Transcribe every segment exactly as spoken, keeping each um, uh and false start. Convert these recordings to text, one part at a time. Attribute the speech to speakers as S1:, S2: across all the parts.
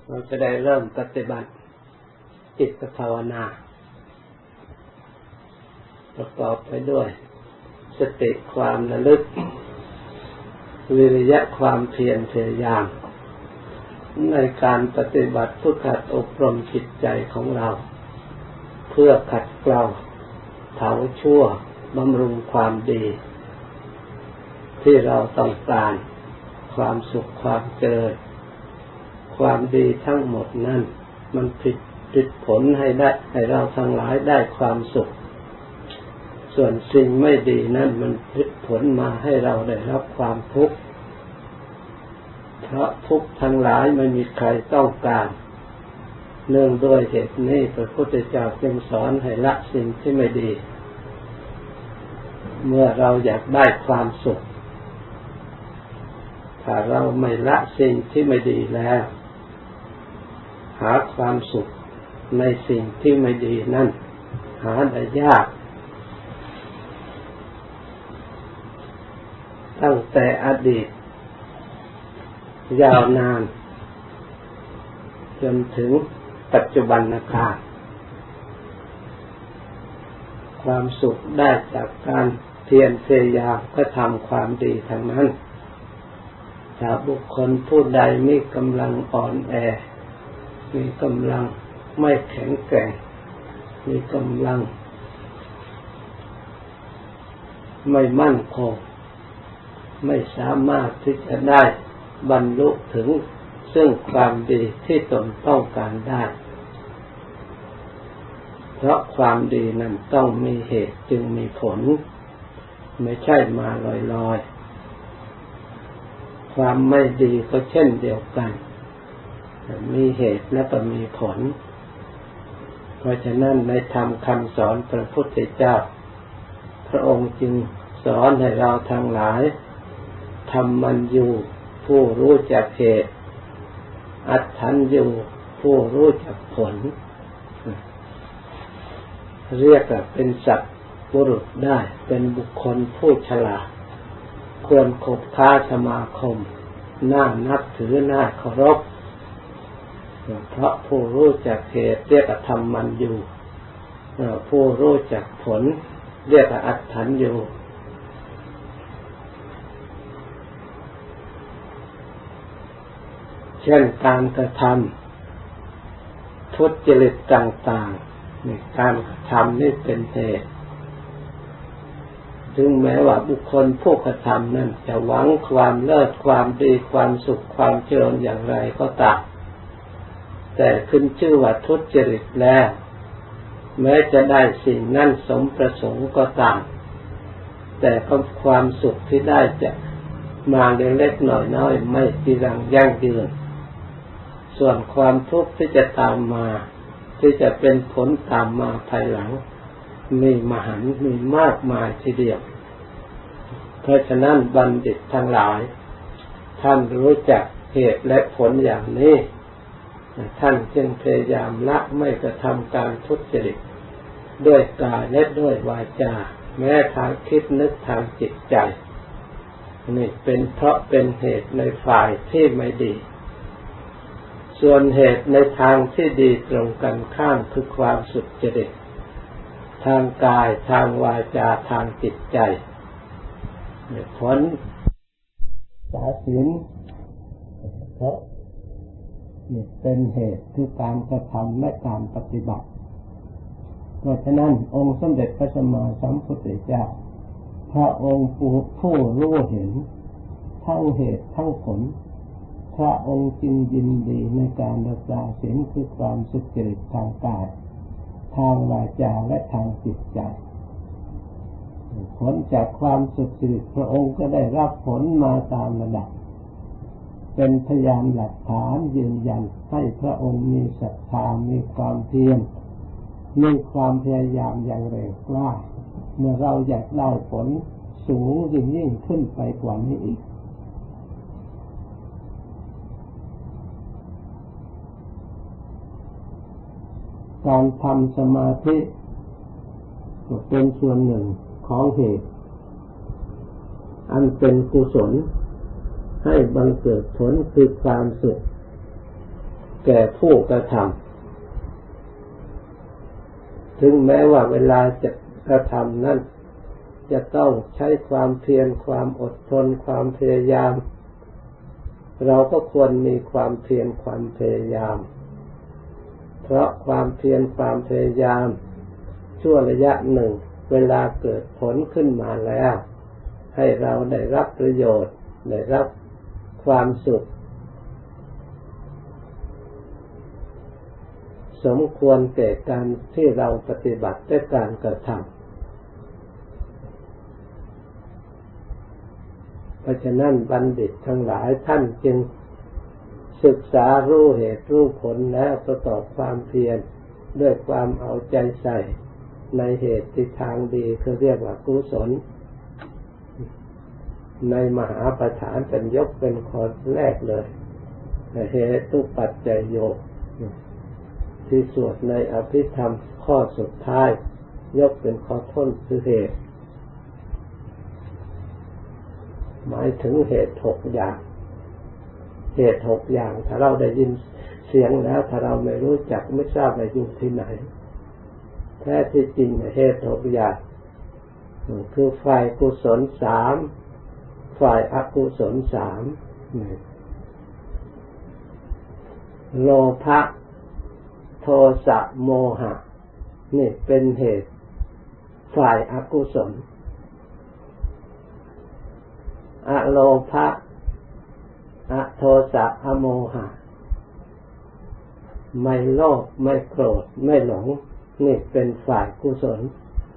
S1: เราจะได้เริ่มปฏิบัติจิตภาวนาประกอบไปด้วยสติความระลึกวิริยะความเพียรพยายามในการปฏิบัติฝึกหัดอบรมจิตใจของเราเพื่อขัดเกลาเผาชั่วบำรุงความดีที่เราต้องการความสุขความเจริญความดีทั้งหมดนั้นมันผิดผิดผลให้ได้ให้เราทั้งหลายได้ความสุขส่วนสิ่งไม่ดีนั้นมันผิดผลมาให้เราได้รับความทุกข์เพราะทุกข์ทั้งหลายไม่มีใครต้องการเนื่องด้วยเหตุนี้พระพุทธเจ้าจึงสอนให้ละสิ่งที่ไม่ดีเมื่อเราอยากได้ความสุขถ้าเราไม่ละสิ่งที่ไม่ดีแล้วหาความสุขในสิ่งที่ไม่ดีนั่นหาได้ยากตั้งแต่อดีตยาวนานจนถึงปัจจุบันการความสุขได้จากการเพียรพยายามกระทำความดีทั้งนั้นถ้าบุคคลผู้ใดมีกำลังอ่อนแอมีกำลังไม่แข็งแกร่งมีกำลังไม่มั่นคงไม่สามารถที่จะได้บรรลุถึงซึ่งความดีที่ตนต้องการได้เพราะความดีนั้นต้องมีเหตุจึงมีผลไม่ใช่มาลอยๆความไม่ดีก็เช่นเดียวกันมีเหตุและก็มีผลเพราะฉะนั้นในธรรมคำสอนพระพุทธเจ้าพระองค์จึงสอนให้เราทั้งหลายทำมันอยู่ผู้รู้จักเหตุอัตถันอยู่ผู้รู้จักผลเรียกว่าเป็นสัตว์บุรุษได้เป็นบุคคลผู้ฉลาดควรคบค้าสมาคมน่านับถือน่าเคารพเพราะผู้รู้จักเหตุเรียกว่าทำมันอยู่ผู้รู้จักผลเรียกว่าอัตถันอยู่เช่นการกระทำทุจริตต่างๆในการกระทำนี่เป็นเหตุถึงแม้ว่าบุคคลผู้กระทำนั้นจะหวังความเลิศความดีความสุขความเจริญอย่างไรก็ตามแต่ขึ้นชื่อว่าทุจริตแล้วแม้จะได้สิ่งนั้นสมประสงค์ก็ตามแต่ความสุขที่ได้จะมาเล็กๆน้อยๆไม่จีรังยั่งยืนส่วนความทุกข์ที่จะตามมาที่จะเป็นผลตามมาภายหลังมีมหันต์มีมากมายทีเดียวเพราะฉะนั้นบัณฑิตทั้งหลายท่านรู้จักเหตุและผลอย่างนี้ท่านจึงพยายามละไม่กระทำการทุจริตด้วยกายและด้วยวาจาแม้ทางคิดนึกทางจิตใจนี่เป็นเพราะเป็นเหตุในฝ่ายที่ไม่ดีส่วนเหตุในทางที่ดีตรงกันข้ามคือความสุจริตทางกายทางวาจาทางจิตใจผลสาศีลเพราะนี่เป็นเหตุคือการกระทำและการปฏิบัติเพราะฉะนั้นองค์สมเด็จพระสัมมาสัมพุทธเจ้าพระองค์ผู้รู้เห็นทั้งเหตุทั้งผลพระองค์จึงยินดีในการรักษาศีลคือความสุจริตทางกายทางวาจาและทางจิตใจผลจากความสุจริตพระองค์ก็ได้รับผลมาตามระดับเป็นพยานหลักฐานยืนยันให้พระองค์มีศรัทธามีความเพียรมีความพยายามอย่างแรงกล้าเมื่อเราอยากได้ผลสูงยิ่งยิ่งขึ้นไปกว่านี้อีกการทำสมาธิก็เป็นส่วนหนึ่งของเหตุอันเป็นกุศลให้บังเกิดผลคือความสุขแก่ผู้กระทำถึงแม้ว่าเวลาจะกระทำนั้นจะต้องใช้ความเพียรความอดทนความพยายามเราก็ควรมีความเพียรความพยายามเพราะความเพียรความพยายามชั่วระยะหนึ่งเวลาเกิดผลขึ้นมาแล้วให้เราได้รับประโยชน์ได้รับความสุขสมควรแก่การที่เราปฏิบัติด้วยการกระทำเพราะฉะนั้นบัณฑิตทั้งหลายท่านจึงศึกษารู้เหตุรู้ผลแล้วประกอบความเพียรด้วยความเอาใจใส่ในเหตุที่ทางดีคือเรียกว่ากุศลในมหาประธานเป็นยกเป็นข้อแรกเลยเหตุปัจจัยโยที่สวดในอภิธรรมข้อสุดท้ายยกเป็นข้อต้นคือเหตุหมายถึงเหตุหกอย่างเหตุหกอย่างถ้าเราได้ยินเสียงแล้วถ้าเราไม่รู้จักไม่ทราบว่าอยู่ที่ไหนแท้ที่จริงเหตุหกอย่างคือฝ่ายกุศลสามฝ่ายอกุศลสามโลภะโทสะโมหะนี่เป็นเหตุฝ่ายอกุศลอโลภะอโทสะอโมหะไม่โลภไม่โกรธไม่หลงนี่เป็นฝ่ายกุศล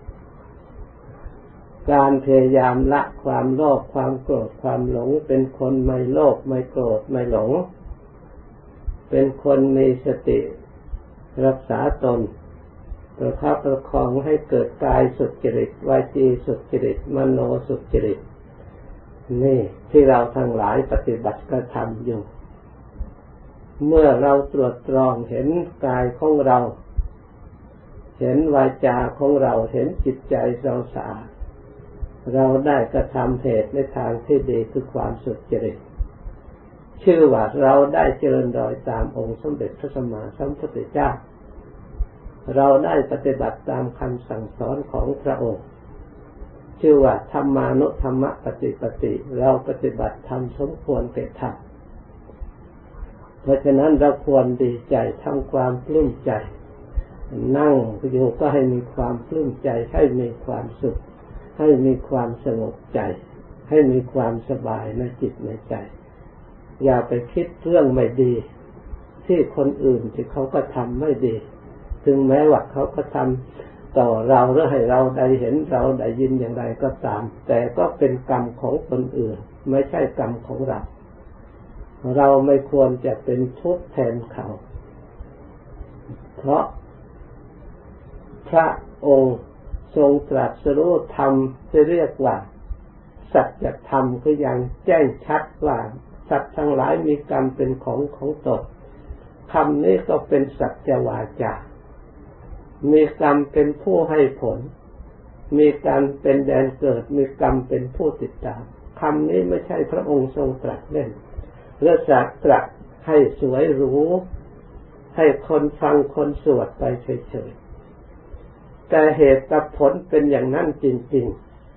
S1: การพยายามละความโลภความโกรธความหลงเป็นคนไม่โลภไม่โกรธไม่หลงเป็นคนมีสติรักษาตนประคับประคองให้เกิดกายสุจริตวาจีสุจริตมโนสุจริตนี่ที่เราทั้งหลายปฏิบัติกระทำอยู่เมื่อเราตรวจตรองเห็นกายของเราเห็นวาจาของเราเห็นจิตใจเราสะอาดเราได้กระทำเหตุในทางที่ดีคือความสุจริตชื่อว่าเราได้เจริญรอยตามองค์สมเด็จพระสัมมาสัมพุทธเจ้าเราได้ปฏิบัติตามคำสั่งสอนของพระองค์ชื่อว่าธรรมานุธรรมปฏิปติเราปฏิบัติธรรมสมควรแก่ธรรมเพราะฉะนั้นเราควรดีใจทำความปลื้มใจนั่งอยู่ก็ให้มีความปลื้มใจให้มีความสุขให้มีความสงบใจให้มีความสบายในจิตในใจอย่าไปคิดเรื่องไม่ดีที่คนอื่นที่เขาก็ทำไม่ดีถึงแม้ว่าเขาก็ทำต่อเราหรือให้เราได้เห็นเราได้ยินอย่างไรก็ตามแต่ก็เป็นกรรมของคนอื่นไม่ใช่กรรมของเราเราไม่ควรจะเป็นทุกข์แทนเขาเพราะพระองค์ทรงตรัสรู้ธรรมที่เรียกว่าสัจธรรมคืออย่างแจ้งชัดว่าสัตว์ทั้งหลายมีกรรมเป็นของของตนคำนี้ก็เป็นสัจวาจามีกรรมเป็นผู้ให้ผลมีกรรมเป็นแดนเกิดมีกรรมเป็นผู้ติดตามคำนี้ไม่ใช่พระองค์ทรงตรัสเล่นหรือจักตรัสให้สวยหรูให้คนฟังคนสวดไปเฉยๆแต่เหตุกับผลเป็นอย่างนั้นจริง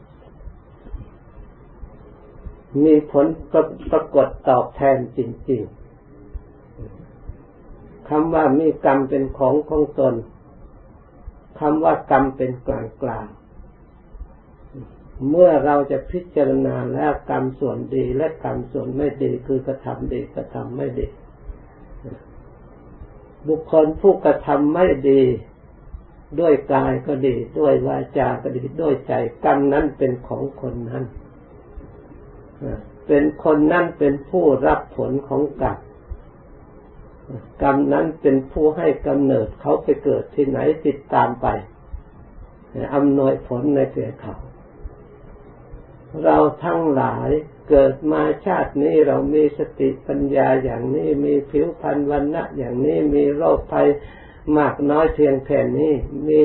S1: ๆมีผลปรากฏตอบแทนจริงๆคำว่ามีกรรมเป็นของของตนคำว่ากรรมเป็นกลางกลางเมื่อเราจะพิจารณาแล้วกรรมส่วนดีและกรรมส่วนไม่ดีคือกระทำดีกระทำไม่ดีบุคคลผู้กระทำไม่ดีด้วยกายก็ดีด้วยวาจาก็ดีด้วยใจกรรมนั้นเป็นของคนนั้นเป็นคนนั้นเป็นผู้รับผลของกรรมกรรมนั้นเป็นผู้ให้กำเนิดเขาไปเกิดที่ไหนติดตามไปอำนวยผลในแก่เขาเราทั้งหลายเกิดมาชาตินี้เรามีสติปัญญาอย่างนี้มีผิวพรรณวรรณะอย่างนี้มีโรคภัยมากน้อยเพียงแค่นี้มี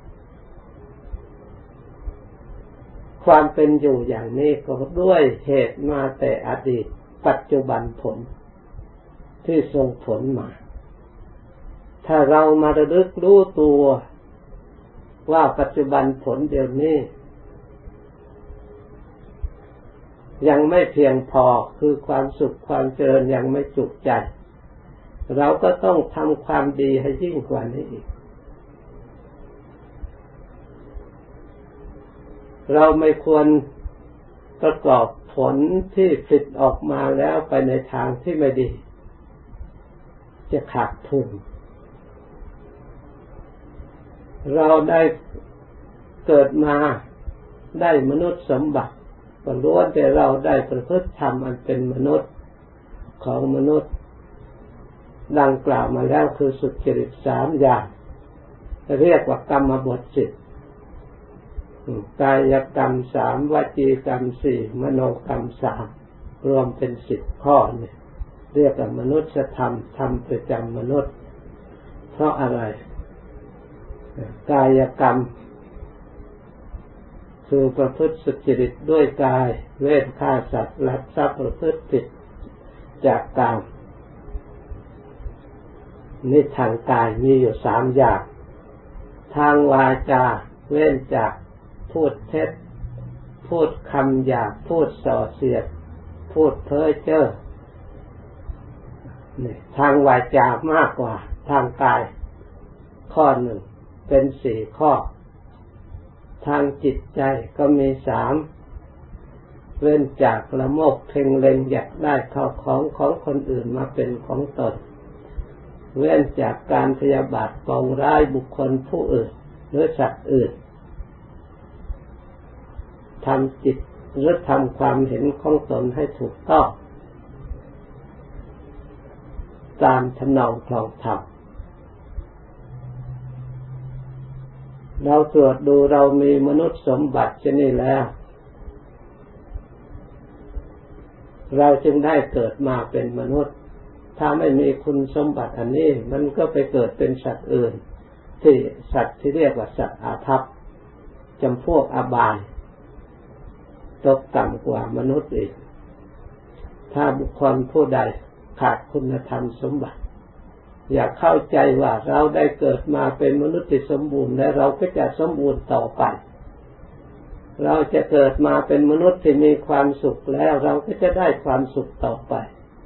S1: ความเป็นอยู่อย่างนี้ก็ด้วยเหตุมาแต่อดีตปัจจุบันผลที่ส่งผลมาถ้าเรามาระลึกรู้ตัวว่าปัจจุบันผลเดี๋ยวนี้ยังไม่เพียงพอคือความสุขความเจริญยังไม่จุใจเราก็ต้องทำความดีให้ยิ่งกว่านี้อีกเราไม่ควรประกอบผลที่ผิดออกมาแล้วไปในทางที่ไม่ดีจะขาดทุนเราได้เกิดมาได้มนุษย์สมบัติก็ล้วนแต่เราได้ประพฤติธรรมอันเป็นมนุษย์ของมนุษย์ดังกล่าวมาแล้วคือสุจริตสามอย่างเรียกว่ากรรมบทสิบกายกรรมสามวจีกรรมสี่มโนกรรมสามรวมเป็นสิบข้อเนี่ยเรียกว่ามนุษยธรรมธรรมประจำมนุษย์เพราะอะไรกายกรรมคือประพฤติสุจริตด้วยกายเว้นฆ่าสัตว์ลักทรัพย์ประพฤติผิดจากกามนี่ทางกายมีอยู่สามอย่างทางวาจาเว้นจากพูดเท็จพูดคำหยาบพูดส่อเสียดพูดเพ้อเจ้อนี่ทางวาจามากกว่าทางกายข้อหนึ่งเป็นสี่ข้อทางจิตใจก็มีสามเว้นจากละโมบเพ่งเล็งอยากได้เข้าของของคนอื่นมาเป็นของตนเว้นจากการพยาบาทปองร้ายบุคคลผู้อื่นหรือสัตว์อื่นทำจิตหรือทำความเห็นของตนให้ถูกต้องตามทำนองคลองธรรมเราตรวจดูเรามีมนุษย์สมบัติชนิดแล้วเราจึงได้เกิดมาเป็นมนุษย์ถ้าไม่มีคุณสมบัติอันนี้มันก็ไปเกิดเป็นสัตว์อื่นที่สัตว์ที่เรียกว่าสัตว์อาภัพจำพวกอบายตกต่ำกว่ามนุษย์อีกถ้าบุคคลผู้ใดขาดคุณธรรมสมบัติอยากเข้าใจว่าเราได้เกิดมาเป็นมนุษย์ที่สมบูรณ์และเราก็จะสมบูรณ์ต่อไปเราจะเกิดมาเป็นมนุษย์ที่มีความสุขแล้วเราก็จะได้ความสุขต่อไป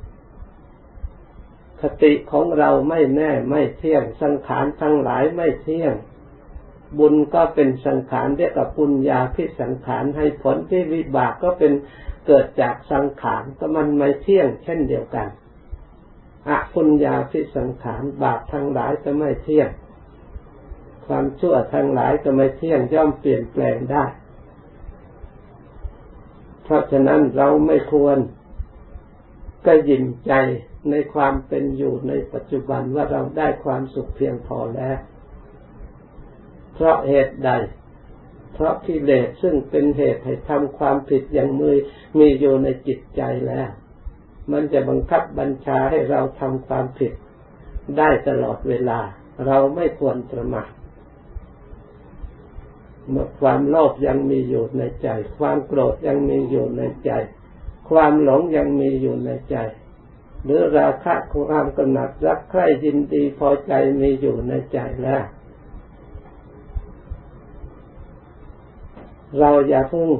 S1: คติของเราไม่แน่ไม่เที่ยงสังขารทั้งหลายไม่เที่ยงบุญก็เป็นสังขารเรียกว่าปุญญาภิสังขารให้ผลที่วิบากก็เป็นเกิดจากสังขารก็มันไม่เที่ยงเช่นเดียวกันอปุญญาภิสังขารบาปทั้งหลายก็ไม่เที่ยงความชั่วทั้งหลายก็ไม่เที่ยงย่อมเปลี่ยนแปลงได้เพราะฉะนั้นเราไม่ควรก็ยินใจในความเป็นอยู่ในปัจจุบันว่าเราได้ความสุขเพียงพอแล้วเพราะเหตุใดเพราะกิเลสซึ่งเป็นเหตุให้ทำความผิดอย่างมือมีอยู่ในจิตใจแล้วมันจะบังคับบัญชาให้เราทำความผิดได้ตลอดเวลาเราไม่ควรประมาทเมื่อความโลภยังมีอยู่ในใจความโกรธยังมีอยู่ในใจความหลงยังมีอยู่ในใจหรือราคะความกำหนัดรักใคร่ยินดีพอใจมีอยู่ในใจแล้วเราอย่าเพิ่ง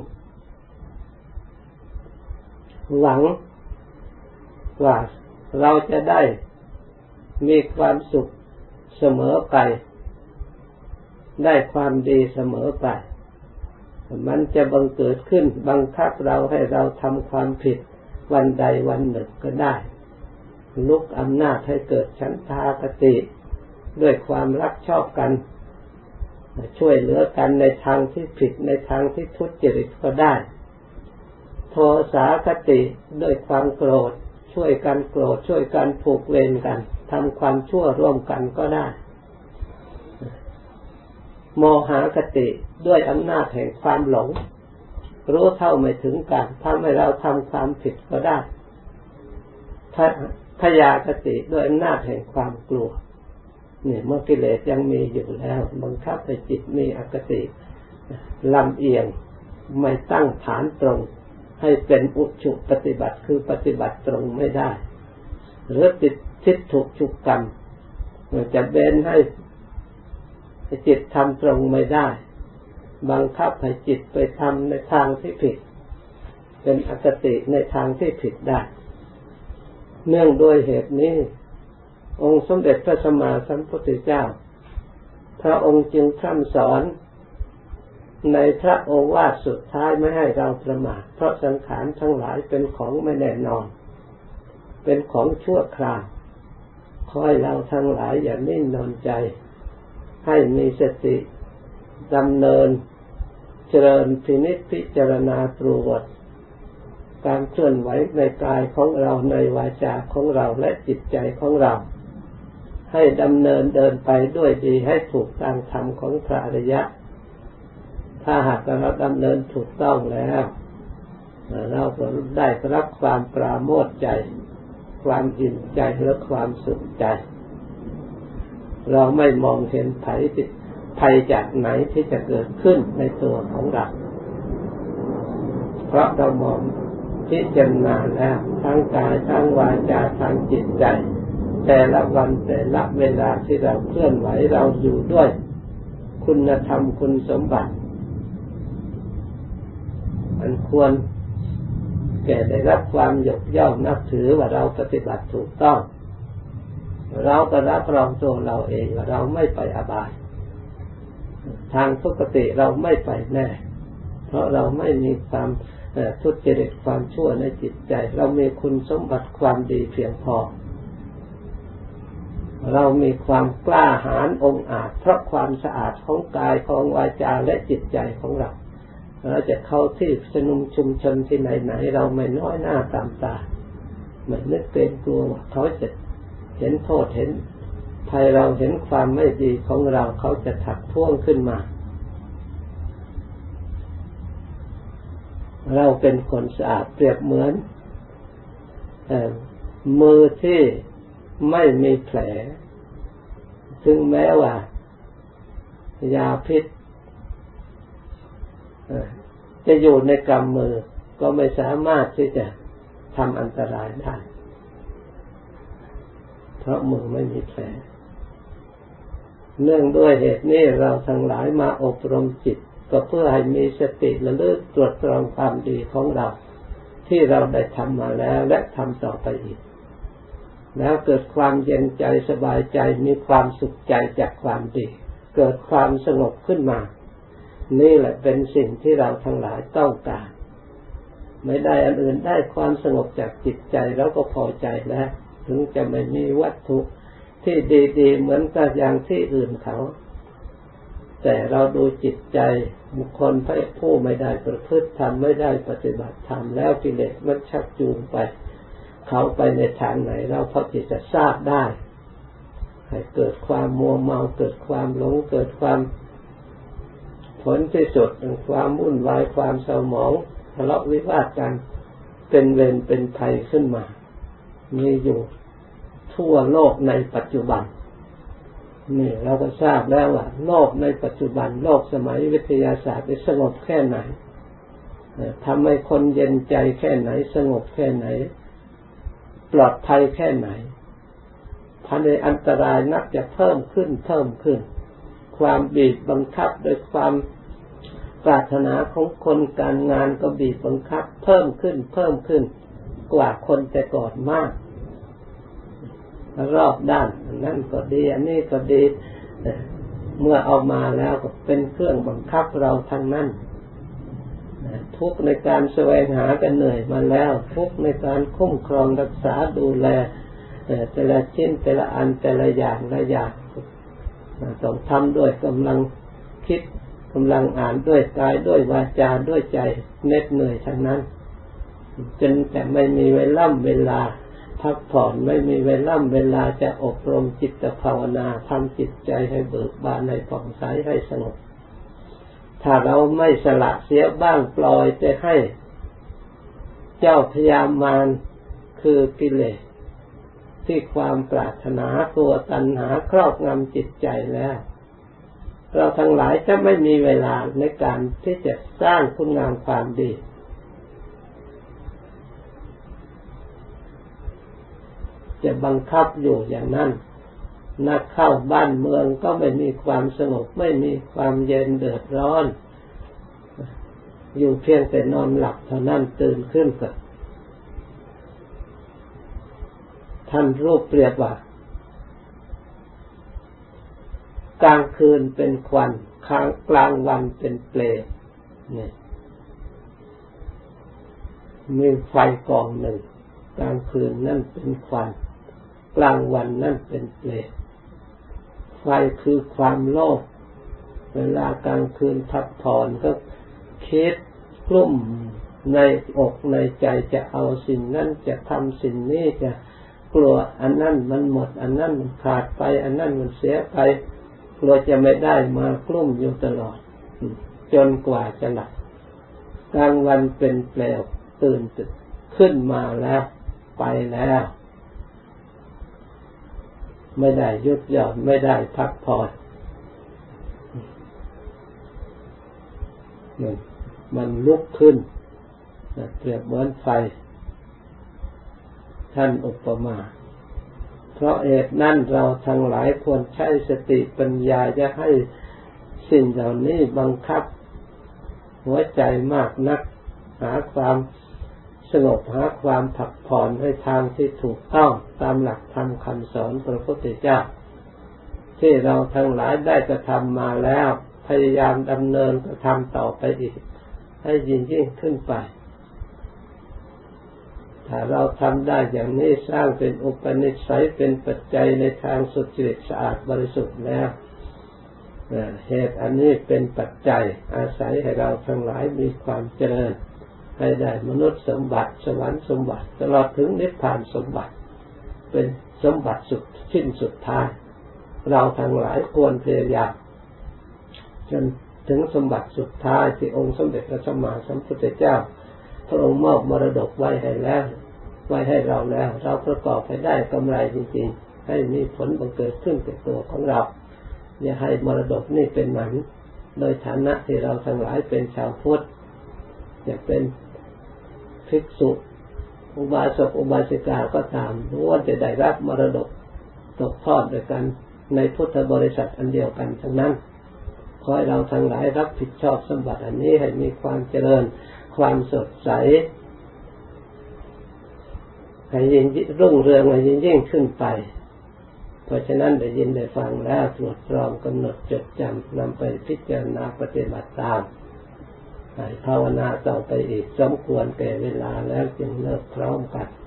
S1: หวังว่าเราจะได้มีความสุขเสมอไปได้ความดีเสมอไปมันจะบังเกิดขึ้นบังคับเราให้เราทำความผิดวันใดวันหนึ่งก็ได้ลุกอำนาจให้เกิดฉันทาคติด้วยความรักชอบกันช่วยเหลือกันในทางที่ผิดในทางที่ทุจริตก็ได้โทสาคติด้วยความโกรธช่วยกันโกรธช่วยกันผูกเวรกันทำความชั่วร่วมกันก็ได้โมหคติด้วยอำนาจแห่งความหลงรู้เท่าไม่ถึงกันทำให้เราทำความผิดก็ได้พยาคติด้วยอำนาจแห่งความกลัวเนี่ยเมื่อกิเลสยังมีอยู่แล้วบังคับให้จิตมีอคติลำเอียงไม่ตั้งฐานตรงให้เป็นอุชุปฏิบัติคือปฏิบัติตรงไม่ได้หรือติดทิฏฐุจุกกรรมจะเบนให้จิตทำตรงไม่ได้บังคับให้จิตไปทำในทางที่ผิดเป็นอคติในทางที่ผิดได้เนื่องด้วยเหตุนี้องค์สมเด็จพระสัมมาสัมพุทธเจ้าพระองค์จึงพร่ำสอนในพระโอวาทสุดท้ายไม่ให้เราประมาทเพราะสังขารทั้งหลายเป็นของไม่แน่นอนเป็นของชั่วคราวขอให้เราทั้งหลายอย่านิ่งนอนใจให้มีสติดำเนินเจริญพินิจพิจารณาตรวจการเคลื่อนไหวในกายของเราในวาจาของเราและจิตใจของเราให้ดำเนินเดินไปด้วยดีให้ถูกตามธรรมของพระอริยะถ้าหากเราดำเนินถูกต้องแล้วเราก็ได้รับความปราโมทย์ใจความอิ่มใจและความสุขใจเราไม่มองเห็นภัยภัยจากไหนที่จะเกิดขึ้นในตัวของเราเพราะเรามองพิจารณาแล้วทั้งกายทั้งวาจาทั้งจิตใจแต่ละวันแต่ละเวลาที่เราเคลื่อนไหวเราอยู่ด้วยคุณธรรมคุณสมบัติอันควรแก่ได้รับความยกย่องนับถือว่าเราปฏิบัติถูกต้องเราก็รับรองตัวเราเองว่าเราไม่ไปอบายทางทุกติเราไม่ไปแน่เพราะเราไม่มีความทุจริตความชั่วในจิตใจเรามีคุณสมบัติความดีเพียงพอเรามีความกล้าหาญองอาจเพราะความสะอาดของกายของวาจาและจิตใจของเราเราจะเข้าที่สนุมชุมชนที่ไหนๆเราไม่น้อยหน้าตามตาไม่นึกเกรงกลัวว่าเขาจะเห็นโทษเห็นภัยเราเห็นความไม่ดีของเราเขาจะถักท้วงขึ้นมาเราเป็นคนสะอาดเปรียบเหมือนมือที่ไม่มีแผลถึงแม้ว่ายาพิษจะอยู่ในกำมือก็ไม่สามารถที่จะทำอันตรายได้เพราะมือไม่มีแผลเนื่องด้วยเหตุนี้เราทั้งหลายมาอบรมจิตก็เพื่อให้มีสติระลึกตรวจตรองความดีของเราที่เราได้ทำมาแล้วและทำต่อไปอีกแล้วเกิดความเย็นใจสบายใจมีความสุขใจจากความดีเกิดความสงบขึ้นมานี่แหละเป็นสิ่งที่เราทั้งหลายต้องการไม่ได้อันอื่นได้ความสงบจากจิตใจแล้วก็พอใจแล้วถึงจะไม่มีวัตถุที่ดีๆเหมือนกับอย่างที่อื่นเขาแต่เราดูจิตใจบุคคลผู้ไม่ได้ประพฤติธรรมไม่ได้ปฏิบัติธรรมแล้วกิเลสมันชักจูงไปเขาไปในทางไหนเราพอที่จะทราบได้ให้เกิดความมัวเมาเกิดความหลงเกิดความผลที่สุดความวุ่นวายความเศร้าหมองทะเลาะวิวาทกันเป็นเวรเป็นภัยขึ้นมามีอยู่ทั่วโลกในปัจจุบันนี่เราก็ทราบแล้วว่าโลกในปัจจุบันโลกสมัยวิทยาศาสตร์สงบแค่ไหนทำให้คนเย็นใจแค่ไหนสงบแค่ไหนปลอดภัยแค่ไหนภายในอันตรายนับจะเพิ่มขึ้นเพิ่มขึ้นความบีบบังคับโดยความปรารถนาของคนการงานก็บีบบังคับเพิ่มขึ้นเพิ่มขึ้นกว่าคนแต่ก่อนมากรอบด้านนั่นก็ดีอันนี้ก็ดีเมื่อเอามาแล้วก็เป็นเครื่องบังคับเราทั้งนั้นทุกในการแสวงหากันเหนื่อยมาแล้วทุกในการคุ้มครองรักษาดูแลแต่ละชิ้นแต่ละอันแต่ละอย่างละอย่างต้องทำด้วยกำลังคิดกำลังอ่านด้วยกายด้วยวาจาด้วยใจเหน็ดเหนื่อยทั้งนั้นจนแต่ไม่มีเวลาเวลาพักผ่อนไม่มีเวลาเวลาจะอบรมจิตภาวนาทำจิตใจให้เบิกบานให้ผ่องใสให้สงบถ้าเราไม่สละเสียบ้างปล่อยจะให้เจ้าพยามารคือกิเลสที่ความปรารถนาตัวตัณหาครอบงำจิตใจแล้วเราทั้งหลายจะไม่มีเวลาในการที่จะสร้างคุณงามความดีจะบังคับอยู่อย่างนั้นนักเข้าบ้านเมืองก็ไม่มีความสงบไม่มีความเย็นเดือดร้อนอยู่เพียงแต่นอนหลับเท่านั้นตื่นขึ้นก็ท่านรูปเปรียบว่ากลางคืนเป็นควันกลางวันเป็นเปลวนี่มีไฟกองหนึ่งกลางคืนนั่นเป็นควันกลางวันนั่นเป็นเปลวไฟคือความโลภเวลากลางคืนพักผ่อนก็คิดกลุ้มในอกในใจจะเอาสิ่งนั้นจะทำสิ่งนี้จะกลัวอันนั้นมันหมดอันนั้นมันขาดไปอันนั้นมันเสียไปกลัวจะไม่ได้มากลุ้มอยู่ตลอดจนกว่าจะหลับกลางวันเป็นเปลวตื่นขึ้นมาแล้วไปแล้วไม่ได้หยุดหย่อนไม่ได้พักผ่อนมันลุกขึ้นเปรียบเหมือนไฟท่านอุปมาเพราะเหตุนั้นเราทั้งหลายควรใช้สติปัญญาจะให้สิ่งเหล่านี้บังคับหัวใจมากนักหาความสงบหาความผักผ่อนให้ทางที่ถูกต้องตามหลักธรรมคำสอนพระพุทธเจ้าที่เราทั้งหลายได้กระทำมาแล้วพยายามดำเนินกระทำต่อไปอีกให้ยิ่งยิ่งขึ้นไปถ้าเราทำได้อย่างนี้สร้างเป็นอุปนิสัยเป็นปัจจัยในทางสุจริตสะอาดบริสุทธิ์แล้วเหตุอันนี้เป็นปัจจัยอาศัยให้เราทั้งหลายมีความเจริญให้ได้มนุษย์สมบัติสวรรค์สมบัติตลอดถึงนิพพานสมบัติเป็นสมบัติสุดชิ้นสุดท้ายเราทั้งหลายควรพยายามจนถึงสมบัติสุดท้ายที่องค์สมเด็จพระสัมมาสัมพุทธเจ้าพระองค์มอบมรดกไว้ให้แล้วไว้ให้เราแล้วเราประกอบให้ได้กำไรจริงๆให้มีผลบังเกิดขึ้นกับตัวของเราอย่าให้มรดกนี่เป็นหมันโดยฐานะที่เราทั้งหลายเป็นชาวพุทธอย่าเป็นภิกษุอุบาสกอุบาสิกาก็ตามล้วนจะได้รับมรดกตกทอดด้วยกันในพุทธบริษัทอันเดียวกันทั้งนั้นขอให้เราทั้งหลายรับผิดชอบสมบัติอันนี้ให้มีความเจริญความสดใสให้ยิ่งรุ่งเรืองให้ยิ่งยิ่งขึ้นไปเพราะฉะนั้นได้ยินได้ฟังแล้วตรวจตรองกำหนดจดจำนำไปพิจารณาปฏิบัติตามให้ภาวนาต่อไปอีกสมควรแก่เวลาแล้วจึงเลิกพร้อมกัน